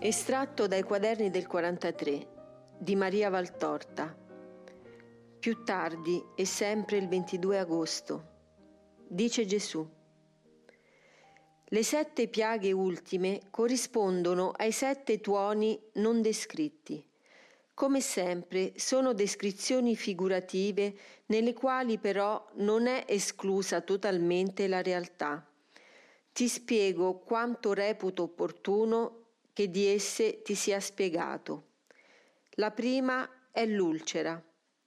Estratto dai quaderni del 43 di Maria Valtorta. Più tardi e sempre il 22 agosto. Dice Gesù: le 7 piaghe ultime corrispondono ai 7 tuoni non descritti. Come sempre sono descrizioni figurative nelle quali però non è esclusa totalmente la realtà. Ti spiego quanto reputo opportuno che di esse ti sia spiegato. La prima è l'ulcera.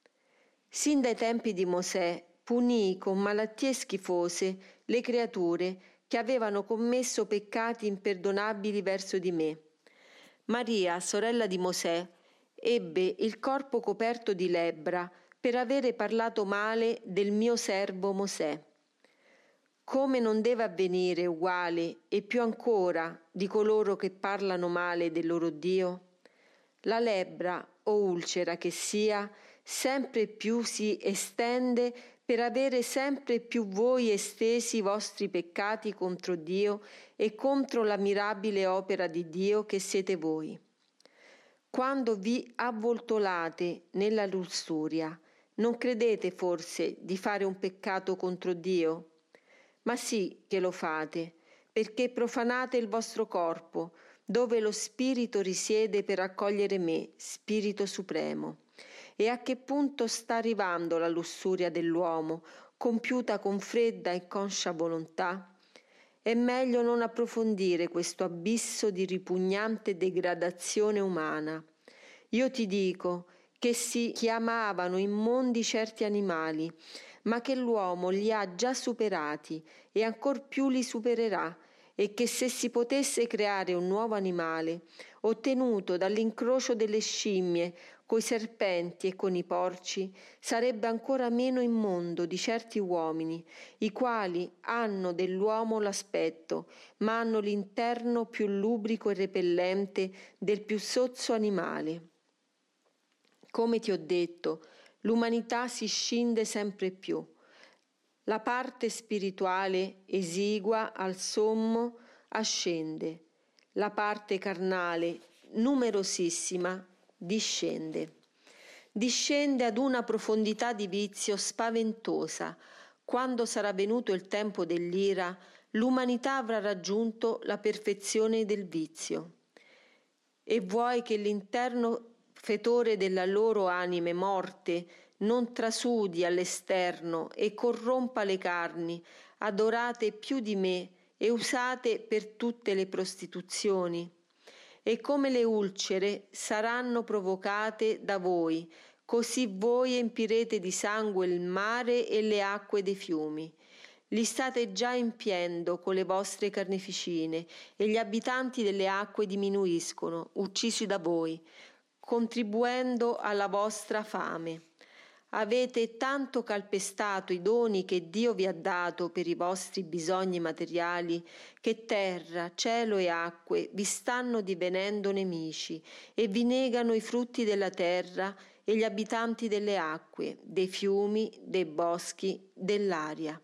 Sin dai tempi di Mosè punì con malattie schifose le creature che avevano commesso peccati imperdonabili verso di me. Maria, sorella di Mosè, ebbe il corpo coperto di lebbra per avere parlato male del mio servo Mosè. Come non deve avvenire uguale e più ancora di coloro che parlano male del loro Dio? La lebbra o ulcera che sia, sempre più si estende per avere sempre più voi estesi i vostri peccati contro Dio e contro la mirabile opera di Dio che siete voi. Quando vi avvoltolate nella lussuria, non credete forse di fare un peccato contro Dio? Ma sì che lo fate, perché profanate il vostro corpo, dove lo Spirito risiede per accogliere me, Spirito Supremo. E a che punto sta arrivando la lussuria dell'uomo, compiuta con fredda e conscia volontà? È meglio non approfondire questo abisso di ripugnante degradazione umana. Io ti dico che si chiamavano immondi certi animali, ma che l'uomo li ha già superati e ancor più li supererà, e che se si potesse creare un nuovo animale, ottenuto dall'incrocio delle scimmie coi serpenti e con i porci, sarebbe ancora meno immondo di certi uomini, i quali hanno dell'uomo l'aspetto, ma hanno l'interno più lubrico e repellente del più sozzo animale. Come ti ho detto, l'umanità si scinde sempre più. La parte spirituale, esigua al sommo, ascende. La parte carnale, numerosissima, discende. Discende ad una profondità di vizio spaventosa. Quando sarà venuto il tempo dell'ira, l'umanità avrà raggiunto la perfezione del vizio. E vuoi che l'interno fetore della loro anime morte non trasudi all'esterno e corrompa le carni, adorate più di me e usate per tutte le prostituzioni? E come le ulcere saranno provocate da voi, così voi empirete di sangue il mare e le acque dei fiumi. Li state già empiendo con le vostre carneficine, e gli abitanti delle acque diminuiscono, uccisi da voi, contribuendo alla vostra fame. Avete tanto calpestato i doni che Dio vi ha dato per i vostri bisogni materiali, che terra, cielo e acque vi stanno divenendo nemici e vi negano i frutti della terra e gli abitanti delle acque, dei fiumi, dei boschi, dell'aria.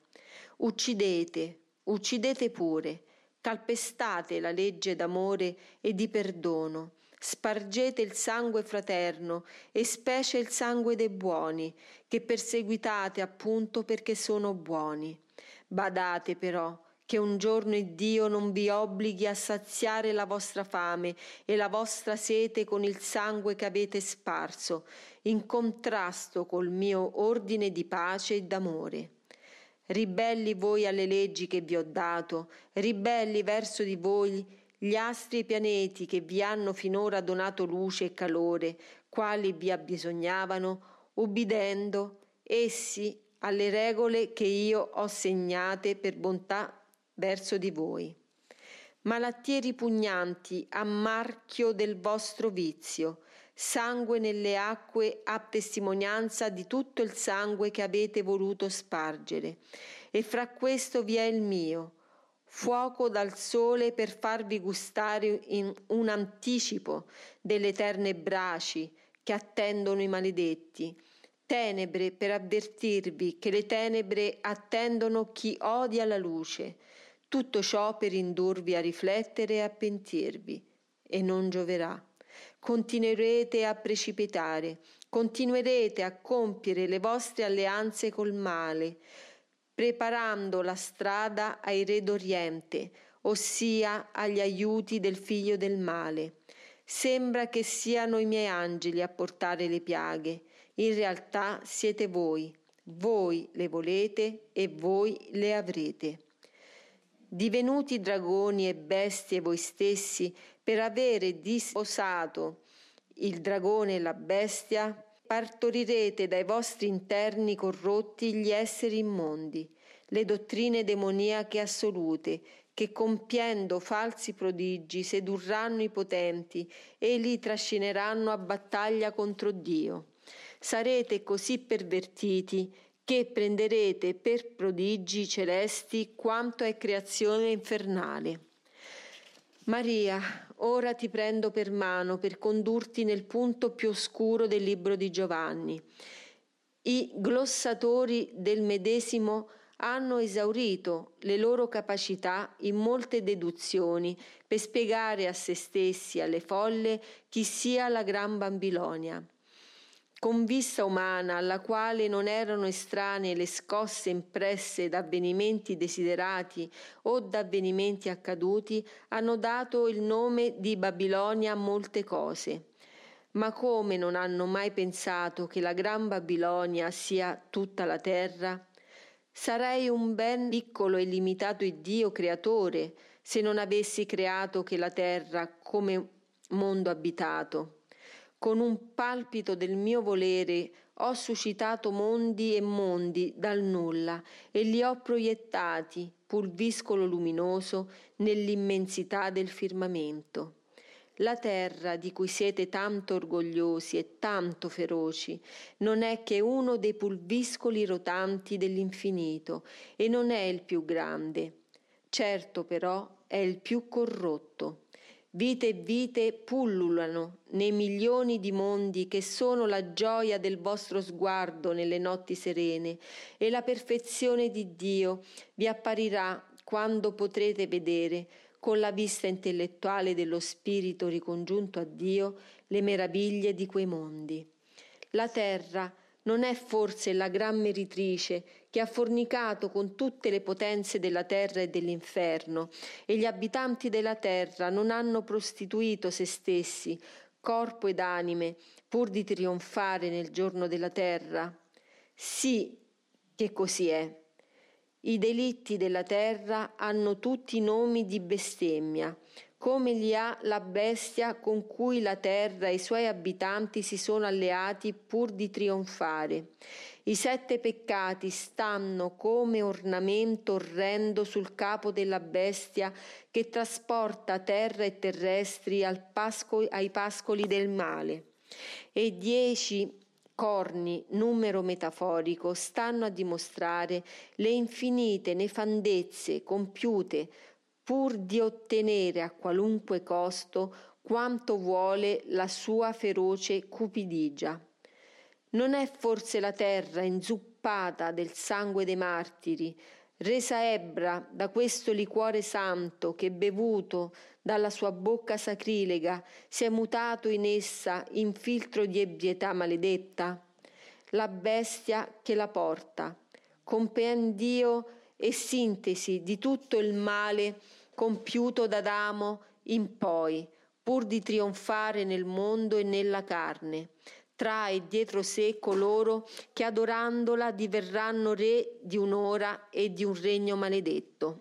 Uccidete pure, calpestate la legge d'amore e di perdono, spargete il sangue fraterno e specie il sangue dei buoni, che perseguitate appunto perché sono buoni. Badate però che un giorno Dio non vi obblighi a saziare la vostra fame e la vostra sete con il sangue che avete sparso, in contrasto col mio ordine di pace e d'amore. Ribelli voi alle leggi che vi ho dato, ribelli verso di voi gli astri e i pianeti che vi hanno finora donato luce e calore, quali vi abbisognavano, ubbidendo essi alle regole che io ho segnate per bontà verso di voi. Malattie ripugnanti a marchio del vostro vizio, sangue nelle acque a testimonianza di tutto il sangue che avete voluto spargere, e fra questo vi è il mio, fuoco dal sole per farvi gustare in un anticipo delle eterne braci che attendono i maledetti, tenebre per avvertirvi che le tenebre attendono chi odia la luce, tutto ciò per indurvi a riflettere e a pentirvi. e non gioverà. Continuerete a precipitare, continuerete a compiere le vostre alleanze col male, preparando la strada ai re d'Oriente, ossia agli aiuti del figlio del male. Sembra che siano i miei angeli a portare le piaghe, in realtà siete voi. Voi le volete e voi le avrete. Divenuti dragoni e bestie voi stessi per avere disposato il dragone e la bestia, partorirete dai vostri interni corrotti gli esseri immondi, le dottrine demoniache assolute, che compiendo falsi prodigi sedurranno i potenti e li trascineranno a battaglia contro Dio. Sarete così pervertiti che prenderete per prodigi celesti quanto è creazione infernale. Maria, ora ti prendo per mano per condurti nel punto più oscuro del libro di Giovanni. I glossatori del medesimo hanno esaurito le loro capacità in molte deduzioni per spiegare a se stessi, alle folle, chi sia la Gran Babilonia. Con vista umana, alla quale non erano estranee le scosse impresse da avvenimenti desiderati o da avvenimenti accaduti, hanno dato il nome di Babilonia a molte cose. Ma come non hanno mai pensato che la Gran Babilonia sia tutta la terra? Sarei un ben piccolo e limitato Iddio creatore se non avessi creato che la terra come mondo abitato. Con un palpito del mio volere ho suscitato mondi e mondi dal nulla e li ho proiettati, pulviscolo luminoso, nell'immensità del firmamento. La terra di cui siete tanto orgogliosi e tanto feroci non è che uno dei pulviscoli rotanti dell'infinito e non è il più grande. Certo però è il più corrotto. Vite e vite pullulano nei milioni di mondi che sono la gioia del vostro sguardo nelle notti serene e la perfezione di Dio vi apparirà quando potrete vedere con la vista intellettuale dello spirito ricongiunto a Dio le meraviglie di quei mondi. La terra non è forse la gran meritrice che ha fornicato con tutte le potenze della terra e dell'inferno, e gli abitanti della terra non hanno prostituito se stessi, corpo ed anime, pur di trionfare nel giorno della terra? Sì che così è. I delitti della terra hanno tutti nomi di bestemmia, come li ha la bestia con cui la terra e i suoi abitanti si sono alleati pur di trionfare. I 7 peccati stanno come ornamento orrendo sul capo della bestia che trasporta terra e terrestri ai pascoli del male. E 10 corni, numero metaforico, stanno a dimostrare le infinite nefandezze compiute pur di ottenere a qualunque costo quanto vuole la sua feroce cupidigia. Non è forse la terra inzuppata del sangue dei martiri, resa ebbra da questo liquore santo che, bevuto dalla sua bocca sacrilega, si è mutato in essa in filtro di ebrietà maledetta? La bestia che la porta, compendio e sintesi di tutto il male compiuto da Adamo in poi, pur di trionfare nel mondo e nella carne, trae dietro sé coloro che adorandola diverranno re di un'ora e di un regno maledetto.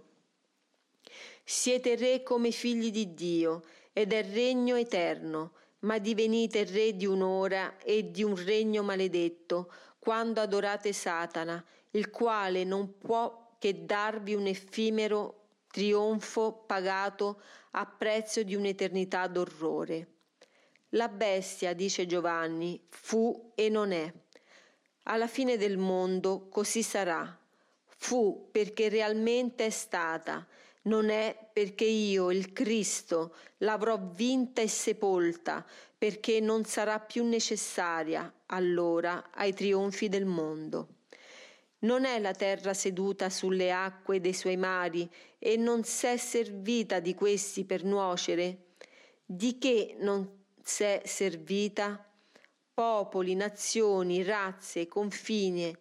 Siete re come figli di Dio ed è regno eterno, ma divenite re di un'ora e di un regno maledetto quando adorate Satana, il quale non può che darvi un effimero trionfo pagato a prezzo di un'eternità d'orrore. La bestia, dice Giovanni, fu e non è. Alla fine del mondo così sarà. Fu perché realmente è stata, non è perché io, il Cristo, l'avrò vinta e sepolta, perché non sarà più necessaria, allora, ai trionfi del mondo. Non è la terra seduta sulle acque dei suoi mari e non s'è servita di questi per nuocere? Di che non s'è servita? Popoli, nazioni, razze, confini,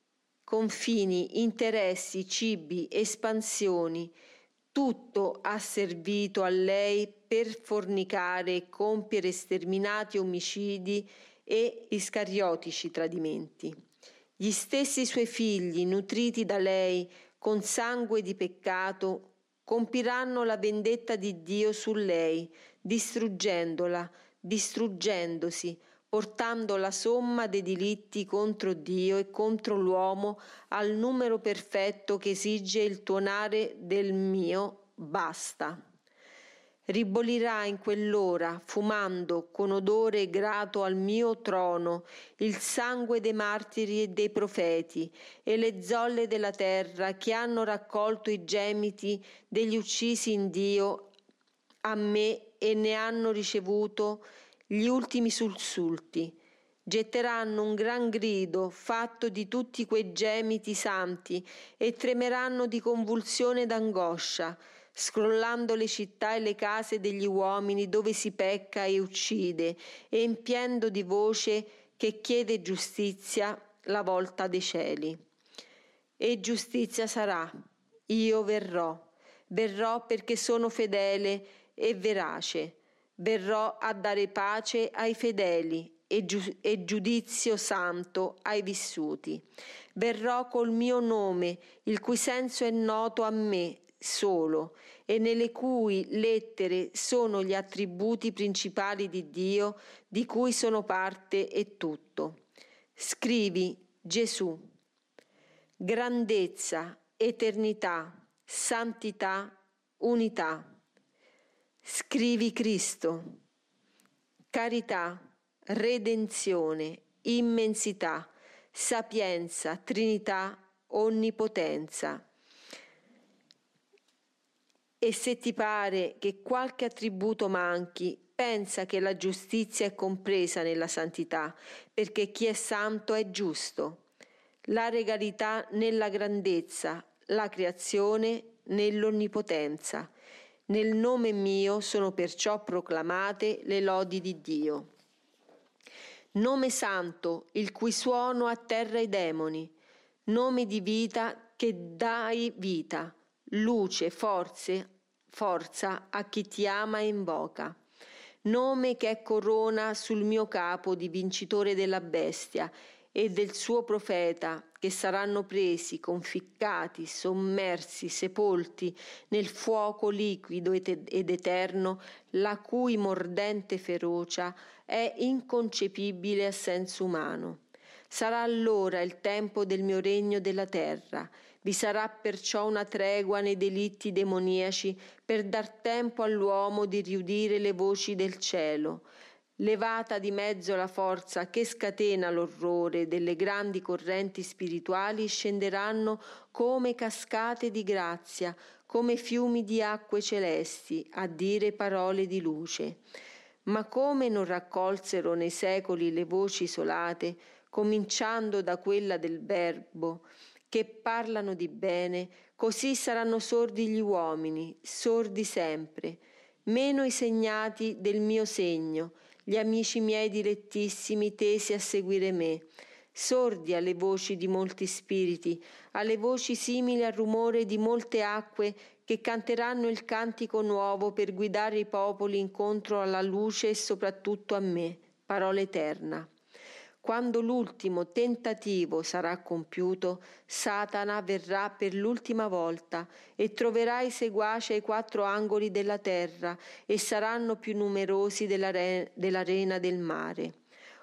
interessi, cibi, espansioni, tutto ha servito a lei per fornicare e compiere sterminati omicidi e iscariotici tradimenti. Gli stessi suoi figli, nutriti da lei con sangue di peccato, compiranno la vendetta di Dio su lei, distruggendola, distruggendosi, portando la somma dei delitti contro Dio e contro l'uomo al numero perfetto che esige il tuonare del mio basta. Ribollirà in quell'ora, fumando con odore grato al mio trono, il sangue dei martiri e dei profeti e le zolle della terra che hanno raccolto i gemiti degli uccisi in Dio a me e ne hanno ricevuto gli ultimi sussulti. Getteranno un gran grido fatto di tutti quei gemiti santi e tremeranno di convulsione ed angoscia, scrollando le città e le case degli uomini dove si pecca e uccide, e empiendo di voce che chiede giustizia la volta dei cieli. E giustizia sarà. Io verrò perché sono fedele e verace, verrò a dare pace ai fedeli e giudizio santo ai vissuti. Verrò col mio nome, il cui senso è noto a me solo e nelle cui lettere sono gli attributi principali di Dio, di cui sono parte e tutto. Scrivi Gesù. Grandezza, eternità, santità, unità. Scrivi Cristo. Carità, redenzione, immensità, sapienza, Trinità, onnipotenza. E se ti pare che qualche attributo manchi, pensa che la giustizia è compresa nella santità, perché chi è santo è giusto. La regalità nella grandezza, la creazione nell'onnipotenza. Nel nome mio sono perciò proclamate le lodi di Dio. Nome santo, il cui suono atterra i demoni, nome di vita che dai vita, luce, forza a chi ti ama e invoca. Nome che è corona sul mio capo di vincitore della bestia e del suo profeta, che saranno presi, conficcati, sommersi, sepolti nel fuoco liquido ed eterno, la cui mordente ferocia è inconcepibile a senso umano. Sarà allora il tempo del mio regno della terra. Vi sarà perciò una tregua nei delitti demoniaci per dar tempo all'uomo di riudire le voci del cielo. Levata di mezzo la forza che scatena l'orrore delle grandi correnti spirituali, scenderanno come cascate di grazia, come fiumi di acque celesti, a dire parole di luce. Ma come non raccolsero nei secoli le voci isolate, cominciando da quella del Verbo, che parlano di bene, così saranno sordi gli uomini, sordi sempre, meno i segnati del mio segno, gli amici miei dilettissimi tesi a seguire me, sordi alle voci di molti spiriti, alle voci simili al rumore di molte acque che canteranno il cantico nuovo per guidare i popoli incontro alla luce e soprattutto a me, parola eterna. Quando l'ultimo tentativo sarà compiuto, Satana verrà per l'ultima volta e troverà i seguaci ai 4 angoli della terra e saranno più numerosi dell'arena del mare.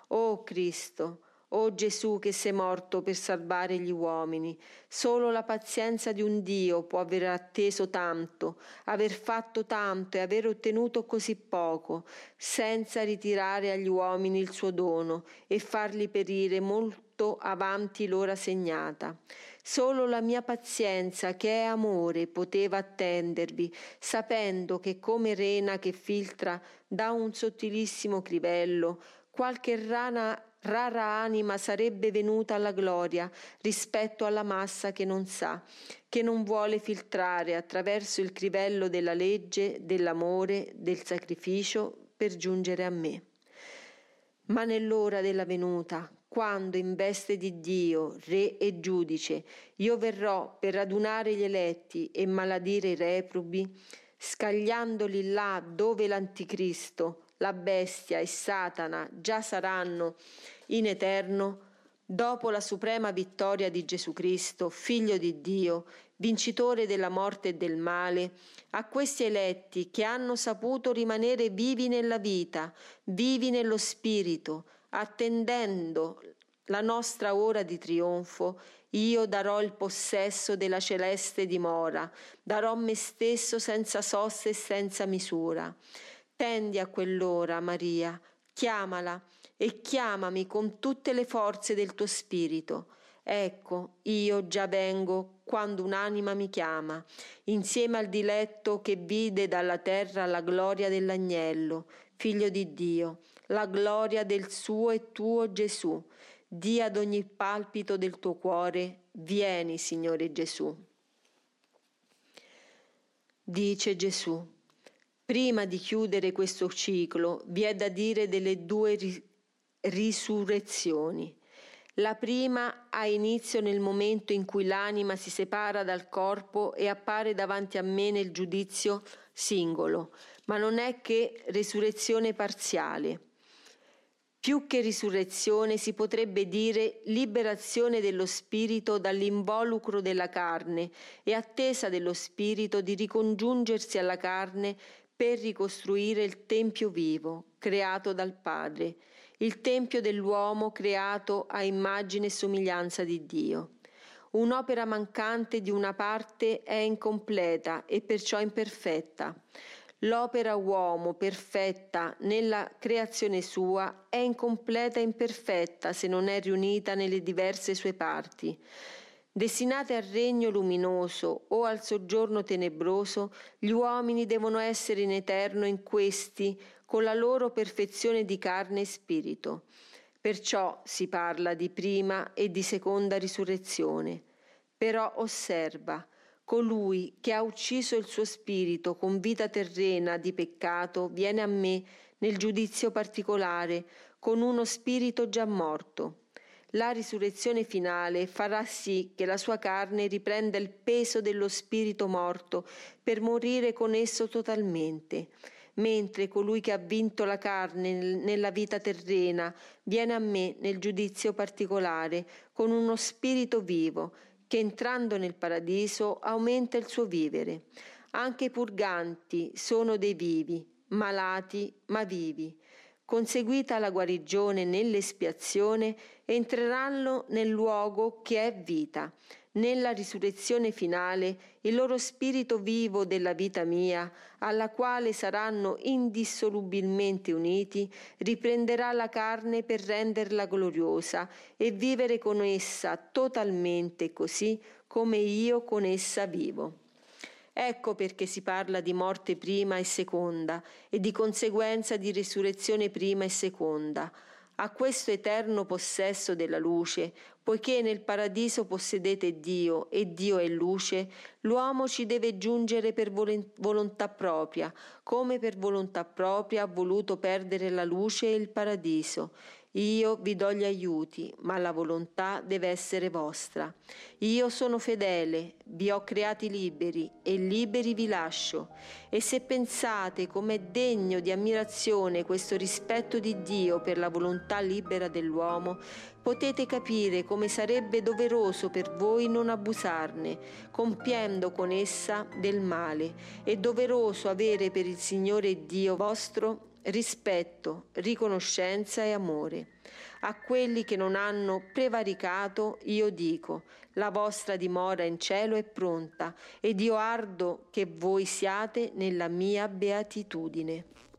O Cristo, o Gesù che sei morto per salvare gli uomini, solo la pazienza di un Dio può aver atteso tanto, aver fatto tanto e aver ottenuto così poco, senza ritirare agli uomini il suo dono e farli perire molto avanti l'ora segnata. Solo la mia pazienza, che è amore, poteva attendervi, sapendo che come rena che filtra da un sottilissimo crivello, qualche rara anima sarebbe venuta alla gloria rispetto alla massa che non sa, che non vuole filtrare attraverso il crivello della legge, dell'amore, del sacrificio per giungere a me. Ma nell'ora della venuta, quando in veste di Dio, Re e Giudice, io verrò per radunare gli eletti e maladire i reprobi, scagliandoli là dove l'Anticristo, la bestia e Satana già saranno in eterno, dopo la suprema vittoria di Gesù Cristo, Figlio di Dio, vincitore della morte e del male, a questi eletti che hanno saputo rimanere vivi nella vita, vivi nello Spirito, attendendo la nostra ora di trionfo, io darò il possesso della celeste dimora, darò me stesso senza sosta e senza misura. Tendi a quell'ora, Maria, chiamala e chiamami con tutte le forze del tuo spirito. Ecco, io già vengo quando un'anima mi chiama, insieme al diletto che vide dalla terra la gloria dell'agnello, Figlio di Dio, la gloria del suo e tuo Gesù. Dì ad ogni palpito del tuo cuore, vieni, Signore Gesù. Dice Gesù: prima di chiudere questo ciclo vi è da dire delle due risurrezioni. La prima ha inizio nel momento in cui l'anima si separa dal corpo e appare davanti a me nel giudizio singolo, ma non è che risurrezione parziale. Più che risurrezione si potrebbe dire liberazione dello spirito dall'involucro della carne e attesa dello spirito di ricongiungersi alla carne per ricostruire il tempio vivo, creato dal Padre, il tempio dell'uomo creato a immagine e somiglianza di Dio. Un'opera mancante di una parte è incompleta e perciò imperfetta. L'opera uomo perfetta nella creazione sua è incompleta e imperfetta se non è riunita nelle diverse sue parti. Destinate al regno luminoso o al soggiorno tenebroso, gli uomini devono essere in eterno in questi con la loro perfezione di carne e spirito. Perciò si parla di prima e di seconda risurrezione. Però osserva, colui che ha ucciso il suo spirito con vita terrena di peccato viene a me nel giudizio particolare con uno spirito già morto. La risurrezione finale farà sì che la sua carne riprenda il peso dello spirito morto per morire con esso totalmente, mentre colui che ha vinto la carne nella vita terrena viene a me nel giudizio particolare con uno spirito vivo che entrando nel paradiso aumenta il suo vivere. Anche i purganti sono dei vivi, malati ma vivi. Conseguita la guarigione nell'espiazione, entreranno nel luogo che è vita. Nella risurrezione finale, il loro spirito vivo della vita mia, alla quale saranno indissolubilmente uniti, riprenderà la carne per renderla gloriosa e vivere con essa totalmente così come io con essa vivo. Ecco perché si parla di morte prima e seconda e di conseguenza di risurrezione prima e seconda. A questo eterno possesso della luce, poiché nel paradiso possedete Dio e Dio è luce, l'uomo ci deve giungere per volontà propria, come per volontà propria ha voluto perdere la luce e il paradiso. Io vi do gli aiuti, ma la volontà deve essere vostra. Io sono fedele, vi ho creati liberi e liberi vi lascio. E se pensate com'è degno di ammirazione questo rispetto di Dio per la volontà libera dell'uomo, potete capire come sarebbe doveroso per voi non abusarne, compiendo con essa del male, e doveroso avere per il Signore Dio vostro rispetto, riconoscenza e amore. A quelli che non hanno prevaricato io dico: la vostra dimora in cielo è pronta ed io ardo che voi siate nella mia beatitudine.